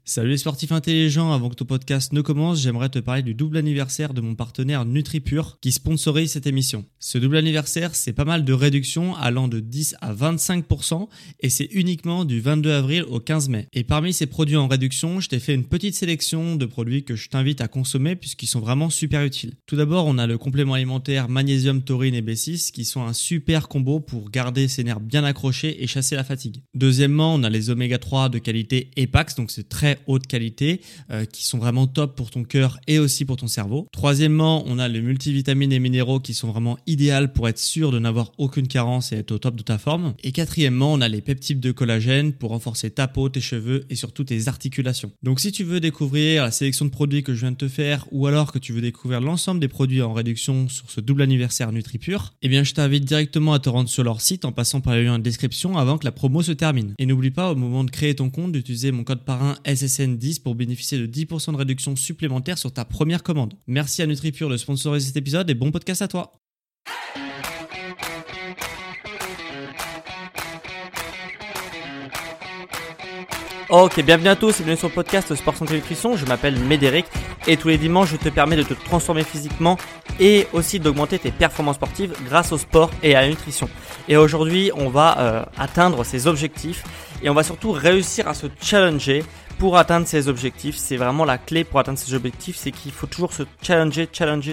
Salut les sportifs intelligents, avant que ton podcast ne commence, j'aimerais te parler du double anniversaire de mon partenaire NutriPure qui sponsorise cette émission. Ce double anniversaire, c'est pas mal de réductions allant de 10 à 25% et c'est uniquement du 22 avril au 15 mai. Et parmi ces produits en réduction, je t'ai fait une petite sélection de produits que je t'invite à consommer puisqu'ils sont vraiment super utiles. Tout d'abord, on a le complément alimentaire magnésium, taurine et B6 qui sont un super combo pour garder ses nerfs bien accrochés et chasser la fatigue. Deuxièmement, on a les oméga 3 de qualité EPAX, donc c'est très haute qualité, qui sont vraiment top pour ton cœur et aussi pour ton cerveau. Troisièmement, on a les multivitamines et minéraux qui sont vraiment idéales pour être sûr de n'avoir aucune carence et être au top de ta forme. Et quatrièmement, on a les peptides de collagène pour renforcer ta peau, tes cheveux et surtout tes articulations. Donc si tu veux découvrir la sélection de produits que je viens de te faire ou alors que tu veux découvrir l'ensemble des produits en réduction sur ce double anniversaire NutriPure, eh bien je t'invite directement à te rendre sur leur site en passant par le lien de description avant que la promo se termine. Et n'oublie pas au moment de créer ton compte d'utiliser mon code parrain SSN10 pour bénéficier de 10% de réduction supplémentaire sur ta première commande. Merci à NutriPure de sponsoriser cet épisode et bon podcast à toi. Ok, bienvenue à tous et bienvenue sur le podcast Sport Santé Nutrition. Je m'appelle Médéric et tous les dimanches je te permets de te transformer physiquement et aussi d'augmenter tes performances sportives grâce au sport et à la nutrition. Et aujourd'hui on va atteindre ces objectifs et on va surtout réussir à se challenger pour atteindre ces objectifs. C'est vraiment la clé pour atteindre ces objectifs, c'est qu'il faut toujours se challenger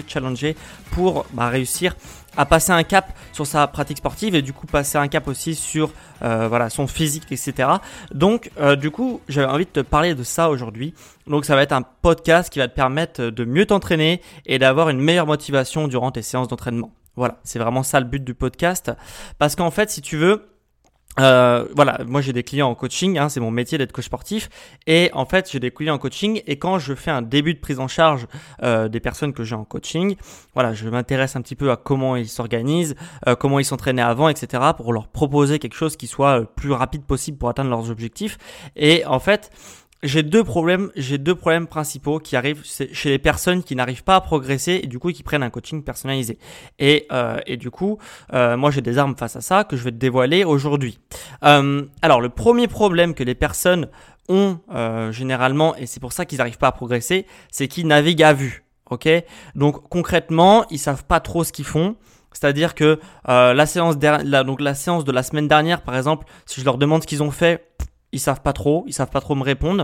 pour réussir à passer un cap sur sa pratique sportive et du coup passer un cap aussi sur son physique, etc. Donc du coup j'avais envie de te parler de ça aujourd'hui. Donc ça va être un podcast qui va te permettre de mieux t'entraîner et d'avoir une meilleure motivation durant tes séances d'entraînement. Voilà, c'est vraiment ça le but du podcast. Parce qu'en fait, si tu veux, moi j'ai des clients en coaching, c'est mon métier d'être coach sportif et en fait j'ai des clients en coaching et quand je fais un début de prise en charge des personnes que j'ai en coaching, je m'intéresse un petit peu à comment ils s'organisent, comment ils s'entraînaient avant, etc. pour leur proposer quelque chose qui soit le plus rapide possible pour atteindre leurs objectifs. Et en fait j'ai deux problèmes principaux qui arrivent chez les personnes qui n'arrivent pas à progresser et du coup qui prennent un coaching personnalisé. Et du coup, moi j'ai des armes face à ça que je vais te dévoiler aujourd'hui. Alors le premier problème que les personnes ont généralement, et c'est pour ça qu'ils n'arrivent pas à progresser, c'est qu'ils naviguent à vue. Ok ? Donc concrètement, ils savent pas trop ce qu'ils font. C'est-à-dire que la séance de la semaine dernière, par exemple, si je leur demande ce qu'ils ont fait, ils savent pas trop me répondre.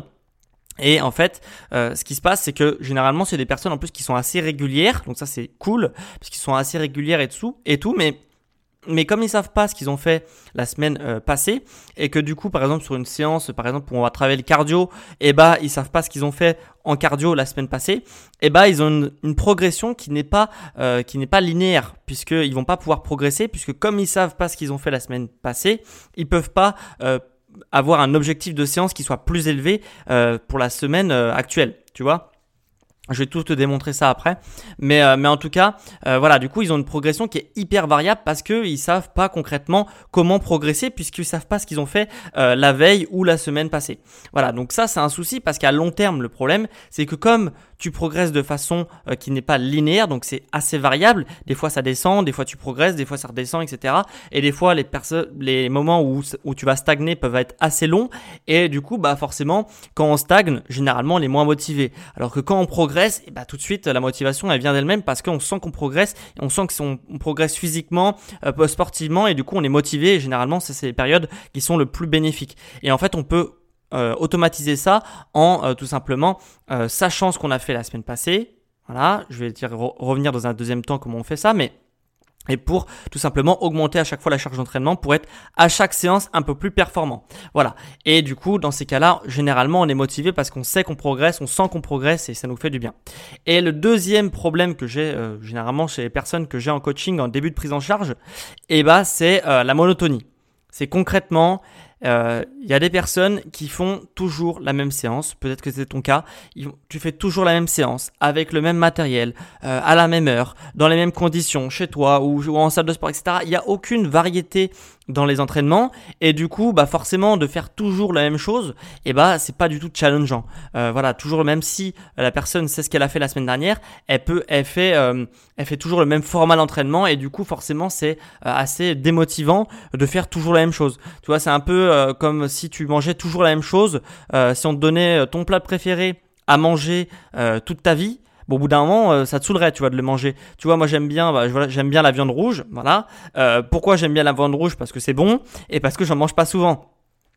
Et en fait, ce qui se passe, c'est que généralement, c'est des personnes en plus qui sont assez régulières. Donc ça, c'est cool parce qu'ils sont assez régulières et tout. Mais comme ils savent pas ce qu'ils ont fait la semaine passée et que du coup, par exemple, sur une séance, par exemple, où on va travailler le cardio, ils savent pas ce qu'ils ont fait en cardio la semaine passée, ils ont une progression qui n'est pas linéaire puisqu'ils vont pas pouvoir progresser puisque comme ils savent pas ce qu'ils ont fait la semaine passée, ils peuvent pas avoir un objectif de séance qui soit plus élevé pour la semaine actuelle, tu vois. Je vais tout te démontrer ça après, mais en tout cas, du coup, ils ont une progression qui est hyper variable parce que ils savent pas concrètement comment progresser puisqu'ils savent pas ce qu'ils ont fait la veille ou la semaine passée. Voilà, donc ça c'est un souci parce qu'à long terme, le problème, c'est que comme tu progresses de façon qui n'est pas linéaire, donc c'est assez variable. Des fois ça descend, des fois tu progresses, des fois ça redescend, etc. Et des fois les moments où tu vas stagner peuvent être assez longs. Et du coup, forcément, quand on stagne, généralement on est moins motivé. Alors que quand on progresse, tout de suite la motivation elle vient d'elle-même parce qu'on sent qu'on progresse, et on sent qu'on progresse physiquement, sportivement, et du coup on est motivé. Et généralement c'est les périodes qui sont le plus bénéfiques. Et en fait on peut automatiser ça en tout simplement sachant ce qu'on a fait la semaine passée. Voilà, je vais revenir dans un deuxième temps comment on fait ça, et pour tout simplement augmenter à chaque fois la charge d'entraînement pour être à chaque séance un peu plus performant. Voilà. Et du coup, dans ces cas-là, généralement, on est motivé parce qu'on sait qu'on progresse, on sent qu'on progresse et ça nous fait du bien. Et le deuxième problème que j'ai généralement chez les personnes que j'ai en coaching en début de prise en charge, c'est la monotonie. C'est concrètement, il y a des personnes qui font toujours la même séance. Peut-être que c'est ton cas. Tu fais toujours la même séance avec le même matériel, à la même heure, dans les mêmes conditions, chez toi ou en salle de sport, etc. Il n'y a aucune variété dans les entraînements, et du coup forcément de faire toujours la même chose, et c'est pas du tout challengeant. Voilà, toujours le même. Si la personne sait ce qu'elle a fait la semaine dernière, elle fait toujours le même format d'entraînement, et du coup forcément c'est assez démotivant de faire toujours la même chose. Tu vois, c'est un peu comme si tu mangeais toujours la même chose. Si on te donnait ton plat préféré à manger toute ta vie, bon, au bout d'un moment, ça te saoulerait, tu vois, de le manger. Tu vois, moi j'aime bien la viande rouge, voilà. Pourquoi j'aime bien la viande rouge? Parce que c'est bon et parce que j'en mange pas souvent.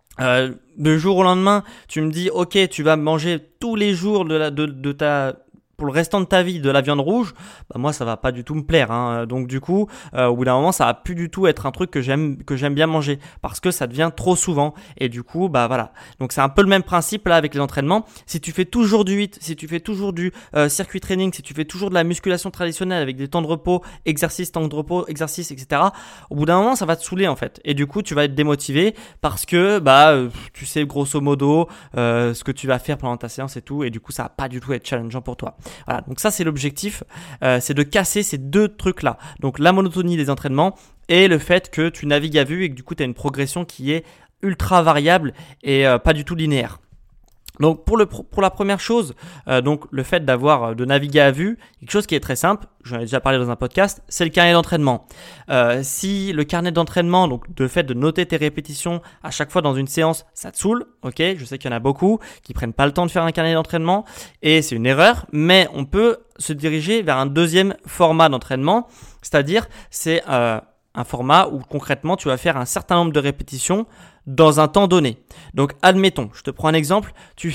De jour au lendemain, tu me dis, ok, tu vas manger tous les jours pour le restant de ta vie de la viande rouge, moi ça va pas du tout me plaire, hein. Donc du coup, au bout d'un moment, ça va plus du tout être un truc que j'aime bien manger, parce que ça devient trop souvent, et du coup voilà. Donc c'est un peu le même principe là avec les entraînements. Si tu fais toujours du HIIT, si tu fais toujours du circuit training, si tu fais toujours de la musculation traditionnelle avec des temps de repos, exercice, temps de repos, exercice, etc., au bout d'un moment ça va te saouler en fait, et du coup tu vas être démotivé parce que tu sais grosso modo ce que tu vas faire pendant ta séance et tout, et du coup ça va pas du tout être challengeant pour toi. Voilà, donc ça c'est l'objectif, c'est de casser ces deux trucs-là. Donc la monotonie des entraînements et le fait que tu navigues à vue et que du coup tu as une progression qui est ultra variable et pas du tout linéaire. Donc pour la première chose, donc le fait de naviguer à vue, quelque chose qui est très simple, j'en ai déjà parlé dans un podcast, c'est le carnet d'entraînement. Si le carnet d'entraînement, donc le fait de noter tes répétitions à chaque fois dans une séance, ça te saoule, ok, je sais qu'il y en a beaucoup qui prennent pas le temps de faire un carnet d'entraînement et c'est une erreur, mais on peut se diriger vers un deuxième format d'entraînement, c'est-à-dire c'est un format où concrètement tu vas faire un certain nombre de répétitions dans un temps donné. Donc admettons, je te prends un exemple, tu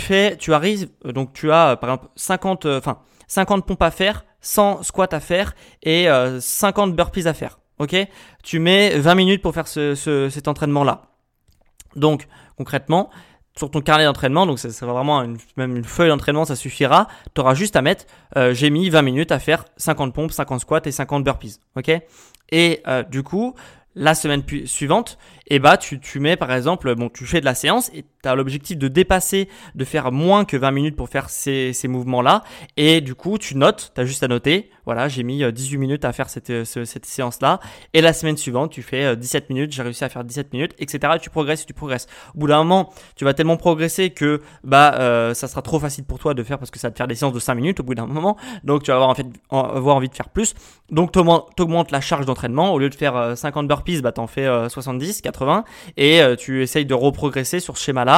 as par exemple 50 pompes à faire, 100 squats à faire et 50 burpees à faire. Ok, tu mets 20 minutes pour faire cet entraînement-là. Donc concrètement, sur ton carnet d'entraînement, donc ça va vraiment même une feuille d'entraînement, ça suffira. Tu auras juste à mettre j'ai mis 20 minutes à faire 50 pompes, 50 squats et 50 burpees. Ok, et du coup, la semaine suivante, tu mets par exemple, tu fais de la séance et tu as l'objectif de faire moins que 20 minutes pour faire ces mouvements-là, et du coup tu notes, tu as juste à noter, voilà, j'ai mis 18 minutes à faire cette séance-là, et la semaine suivante tu fais 17 minutes, j'ai réussi à faire 17 minutes, etc. Tu progresses. Au bout d'un moment, tu vas tellement progresser que ça sera trop facile pour toi de faire, parce que ça va te faire des séances de 5 minutes au bout d'un moment, donc tu vas avoir envie de faire plus, donc tu augmentes la charge d'entraînement. Au lieu de faire 50 burpees, t'en fais 70, 80, et tu essayes de reprogresser sur ce schéma-là.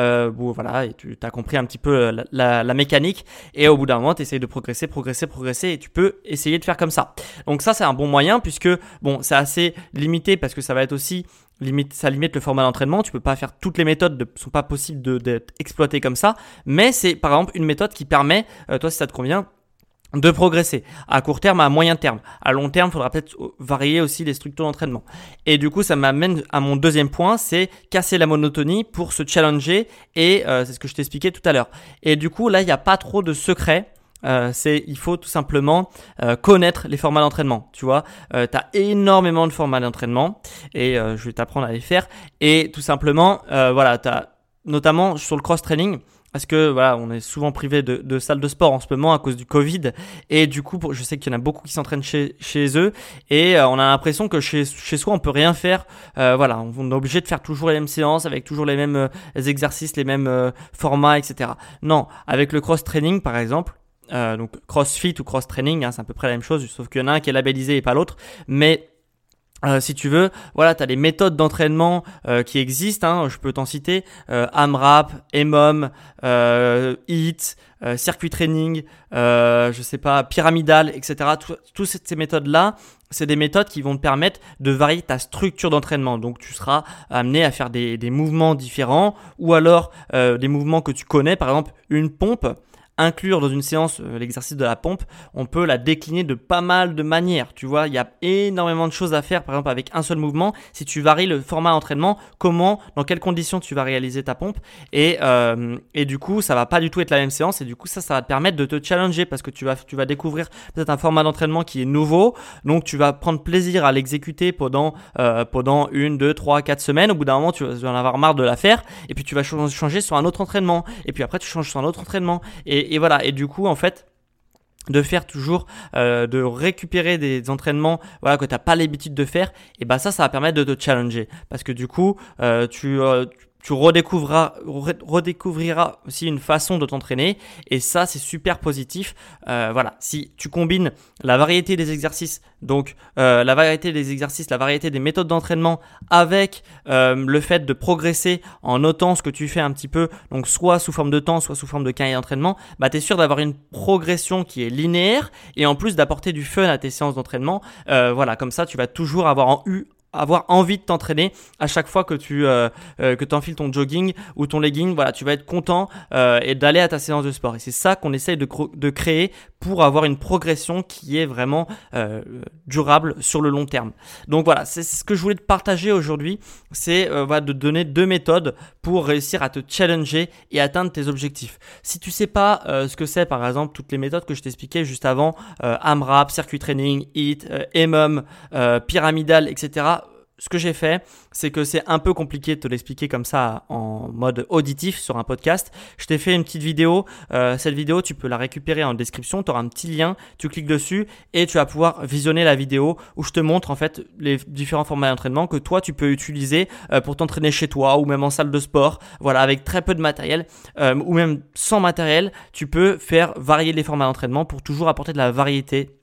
Voilà, et tu as compris un petit peu la mécanique, et au bout d'un moment tu essayes de progresser, et tu peux essayer de faire comme ça. Donc ça c'est un bon moyen, puisque c'est assez limité, parce que ça va être aussi ça limite le format d'entraînement. Tu peux pas faire toutes les méthodes, ne sont pas possibles d'être exploitées comme ça, mais c'est par exemple une méthode qui permet, toi si ça te convient, de progresser à court terme, à moyen terme. À long terme, il faudra peut-être varier aussi les structures d'entraînement. Et du coup, ça m'amène à mon deuxième point, c'est casser la monotonie pour se challenger, et c'est ce que je t'expliquais tout à l'heure. Et du coup, là, il n'y a pas trop de secret. Il faut tout simplement connaître les formats d'entraînement. Tu vois, tu as énormément de formats d'entraînement, et je vais t'apprendre à les faire. Et tout simplement, voilà, tu as notamment sur le cross-training, parce que voilà, on est souvent privé de salles de sport en ce moment à cause du Covid, et du coup je sais qu'il y en a beaucoup qui s'entraînent chez eux, et on a l'impression que chez soi on peut rien faire. Voilà, on est obligé de faire toujours les mêmes séances avec toujours les mêmes exercices, les mêmes formats, etc. Non, avec le cross training par exemple, donc crossfit ou cross training, c'est à peu près la même chose, sauf qu'il y en a un qui est labellisé et pas l'autre, mais si tu veux, voilà, tu as des méthodes d'entraînement qui existent, je peux t'en citer, AMRAP, EMOM, HIIT, circuit training, je sais pas, pyramidal, etc. Toutes ces méthodes-là, c'est des méthodes qui vont te permettre de varier ta structure d'entraînement. Donc tu seras amené à faire des mouvements différents, ou alors des mouvements que tu connais, par exemple une pompe. Inclure dans une séance l'exercice de la pompe, on peut la décliner de pas mal de manières. Tu vois, il y a énormément de choses à faire, par exemple avec un seul mouvement. Si tu varies le format d'entraînement, dans quelles conditions tu vas réaliser ta pompe, et du coup ça va pas du tout être la même séance, et du coup ça va te permettre de te challenger, parce que tu vas découvrir peut-être un format d'entraînement qui est nouveau, donc tu vas prendre plaisir à l'exécuter pendant 1, 2, 3, 4 semaines. Au bout d'un moment tu vas en avoir marre de la faire, et puis tu vas changer sur un autre entraînement, et puis après tu changes sur un autre entraînement, et voilà. Et du coup en fait de faire toujours, de récupérer des entraînements voilà, que tu n'as pas l'habitude de faire, et bah ça va permettre de te challenger. Parce que du coup, tu redécouvriras aussi une façon de t'entraîner, et ça c'est super positif. Voilà, si tu combines la variété des exercices, donc la variété des méthodes d'entraînement avec le fait de progresser en notant ce que tu fais un petit peu, donc soit sous forme de temps, soit sous forme de carnet d'entraînement, bah tu es sûr d'avoir une progression qui est linéaire et en plus d'apporter du fun à tes séances d'entraînement. Voilà, comme ça tu vas toujours avoir envie de t'entraîner à chaque fois que tu enfiles ton jogging ou ton legging. Voilà, tu vas être content et d'aller à ta séance de sport. Et c'est ça qu'on essaye de créer pour avoir une progression qui est vraiment durable sur le long terme. Donc voilà, c'est ce que je voulais te partager aujourd'hui. C'est de donner 2 méthodes pour réussir à te challenger et atteindre tes objectifs. Si tu sais pas ce que c'est, par exemple, toutes les méthodes que je t'expliquais juste avant, AMRAP, circuit training, HIIT, EMOM, pyramidal, etc., ce que j'ai fait, c'est que c'est un peu compliqué de te l'expliquer comme ça en mode auditif sur un podcast. Je t'ai fait une petite vidéo. Cette vidéo, tu peux la récupérer en description. Tu auras un petit lien. Tu cliques dessus et tu vas pouvoir visionner la vidéo où je te montre en fait les différents formats d'entraînement que toi, tu peux utiliser pour t'entraîner chez toi ou même en salle de sport. Voilà, avec très peu de matériel ou même sans matériel, tu peux faire varier les formats d'entraînement pour toujours apporter de la variété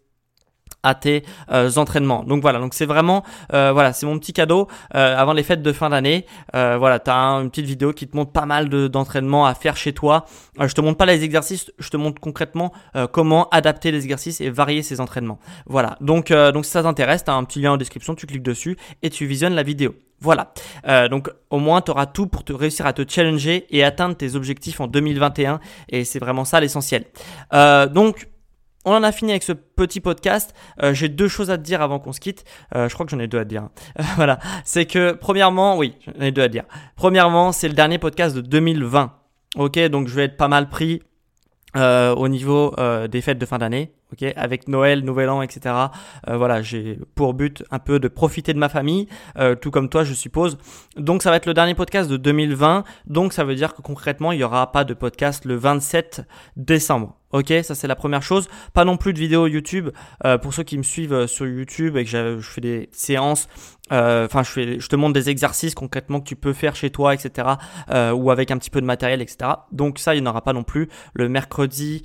à tes entraînements. Donc voilà, donc c'est vraiment c'est mon petit cadeau avant les fêtes de fin d'année. Voilà, tu as une petite vidéo qui te montre pas mal d'entraînements à faire chez toi. Je te montre pas les exercices, je te montre concrètement comment adapter les exercices et varier ces entraînements. Voilà, donc si ça t'intéresse, tu as un petit lien en description, tu cliques dessus et tu visionnes la vidéo. Voilà, donc au moins tu auras tout pour te réussir à te challenger et atteindre tes objectifs en 2021 et c'est vraiment ça l'essentiel. Donc on en a fini avec ce petit podcast. J'ai 2 choses à te dire avant qu'on se quitte. Je crois que j'en ai 2 à te dire. Voilà. C'est que premièrement, oui, j'en ai 2 à te dire. Premièrement, c'est le dernier podcast de 2020. Ok, donc je vais être pas mal pris au niveau des fêtes de fin d'année. Ok, avec Noël, Nouvel An, etc. Voilà, j'ai pour but un peu de profiter de ma famille, tout comme toi, je suppose. Donc, ça va être le dernier podcast de 2020. Donc, ça veut dire que concrètement, il n'y aura pas de podcast le 27 décembre. Ok, ça c'est la première chose. Pas non plus de vidéo YouTube pour ceux qui me suivent sur YouTube et que je fais des séances. Je te montre des exercices concrètement que tu peux faire chez toi, etc. Ou avec un petit peu de matériel, etc. Donc ça, il n'y en aura pas non plus le mercredi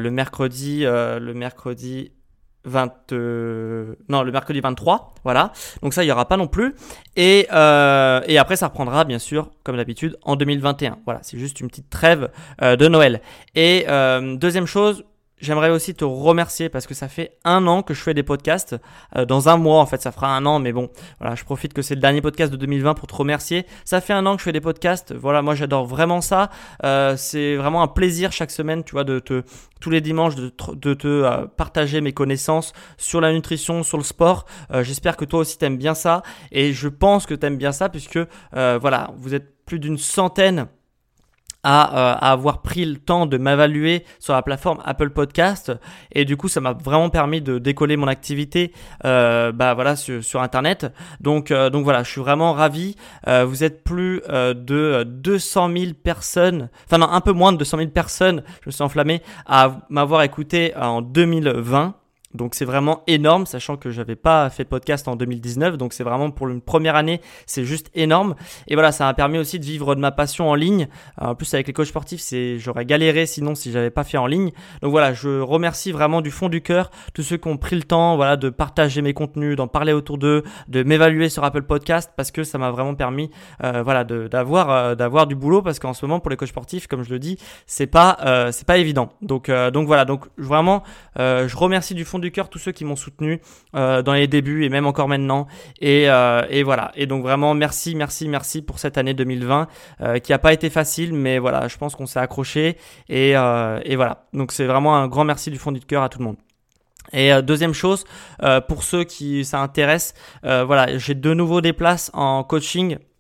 23, voilà. Donc ça, il n'y aura pas non plus. Et après, ça reprendra, bien sûr, comme d'habitude, en 2021. Voilà, c'est juste une petite trêve de Noël. Et deuxième chose, j'aimerais aussi te remercier parce que ça fait 1 an que je fais des podcasts. Dans 1 mois, en fait, ça fera 1 an. Mais bon, voilà, je profite que c'est le dernier podcast de 2020 pour te remercier. Ça fait 1 an que je fais des podcasts. Voilà, moi, j'adore vraiment ça. C'est vraiment un plaisir chaque semaine, tu vois, tous les dimanches, de te partager mes connaissances sur la nutrition, sur le sport. J'espère que toi aussi, t'aimes bien ça. Et je pense que t'aimes bien ça puisque, voilà, vous êtes plus d'1 centaine à avoir pris le temps de m'évaluer sur la plateforme Apple Podcast et du coup ça m'a vraiment permis de décoller mon activité sur internet. Donc voilà, je suis vraiment ravi. Vous êtes plus de 200 000 personnes, enfin non, un peu moins de 200 000 personnes, je me suis enflammé, à m'avoir écouté en 2020. Donc c'est vraiment énorme, sachant que j'avais pas fait de podcast en 2019, donc c'est vraiment pour une première année, c'est juste énorme. Et voilà, ça m'a permis aussi de vivre de ma passion en ligne. En plus avec les coachs sportifs, j'aurais galéré sinon si j'avais pas fait en ligne. Donc voilà, je remercie vraiment du fond du cœur tous ceux qui ont pris le temps, voilà, de partager mes contenus, d'en parler autour d'eux, de m'évaluer sur Apple Podcast parce que ça m'a vraiment permis, d'avoir du boulot parce qu'en ce moment pour les coachs sportifs, comme je le dis, c'est pas évident. Donc voilà, donc vraiment, je remercie du fond du cœur tous ceux qui m'ont soutenu dans les débuts et même encore maintenant et voilà, et donc vraiment merci pour cette année 2020 qui a pas été facile, mais voilà, je pense qu'on s'est accroché et voilà, donc c'est vraiment un grand merci du fond du cœur à tout le monde. Et deuxième chose, pour ceux qui ça intéresse, voilà, j'ai de nouveau des places en coaching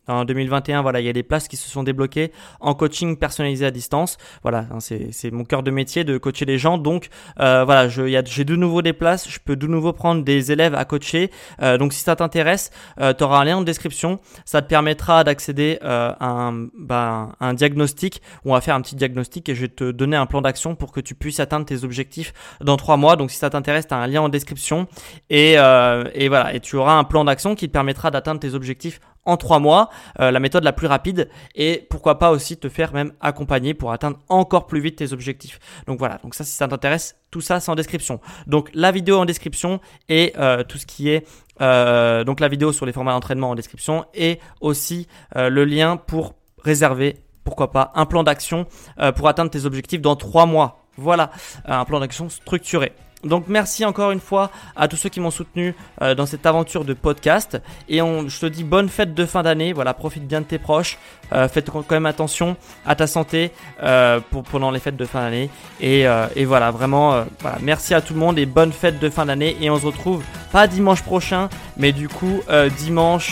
En 2021, voilà, il y a des places qui se sont débloquées en coaching personnalisé à distance. Voilà, c'est mon cœur de métier de coacher les gens. Donc voilà, j'ai de nouveau des places. Je peux de nouveau prendre des élèves à coacher. Donc si ça t'intéresse, tu auras un lien en description. Ça te permettra d'accéder à un diagnostic. On va faire un petit diagnostic et je vais te donner un plan d'action pour que tu puisses atteindre tes objectifs dans 3 mois. Donc si ça t'intéresse, tu as un lien en description et voilà, et tu auras un plan d'action qui te permettra d'atteindre tes objectifs en 3 mois, la méthode la plus rapide, et pourquoi pas aussi te faire même accompagner pour atteindre encore plus vite tes objectifs. Donc voilà, donc ça, si ça t'intéresse, tout ça c'est en description. Donc la vidéo en description et tout ce qui est donc la vidéo sur les formats d'entraînement en description, et aussi le lien pour réserver, pourquoi pas, un plan d'action pour atteindre tes objectifs dans 3 mois. Voilà, un plan d'action structuré. Donc merci encore une fois à tous ceux qui m'ont soutenu dans cette aventure de podcast, et je te dis bonne fête de fin d'année. Voilà, profite bien de tes proches, faites quand même attention à ta santé pendant les fêtes de fin d'année, et voilà, vraiment voilà, merci à tout le monde et bonne fête de fin d'année, et on se retrouve pas dimanche prochain mais du coup dimanche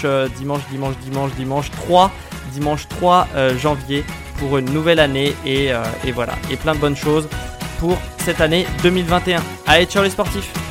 3 janvier pour une nouvelle année, et voilà, et plein de bonnes choses pour cette année 2021. Allez, ciao les sportifs!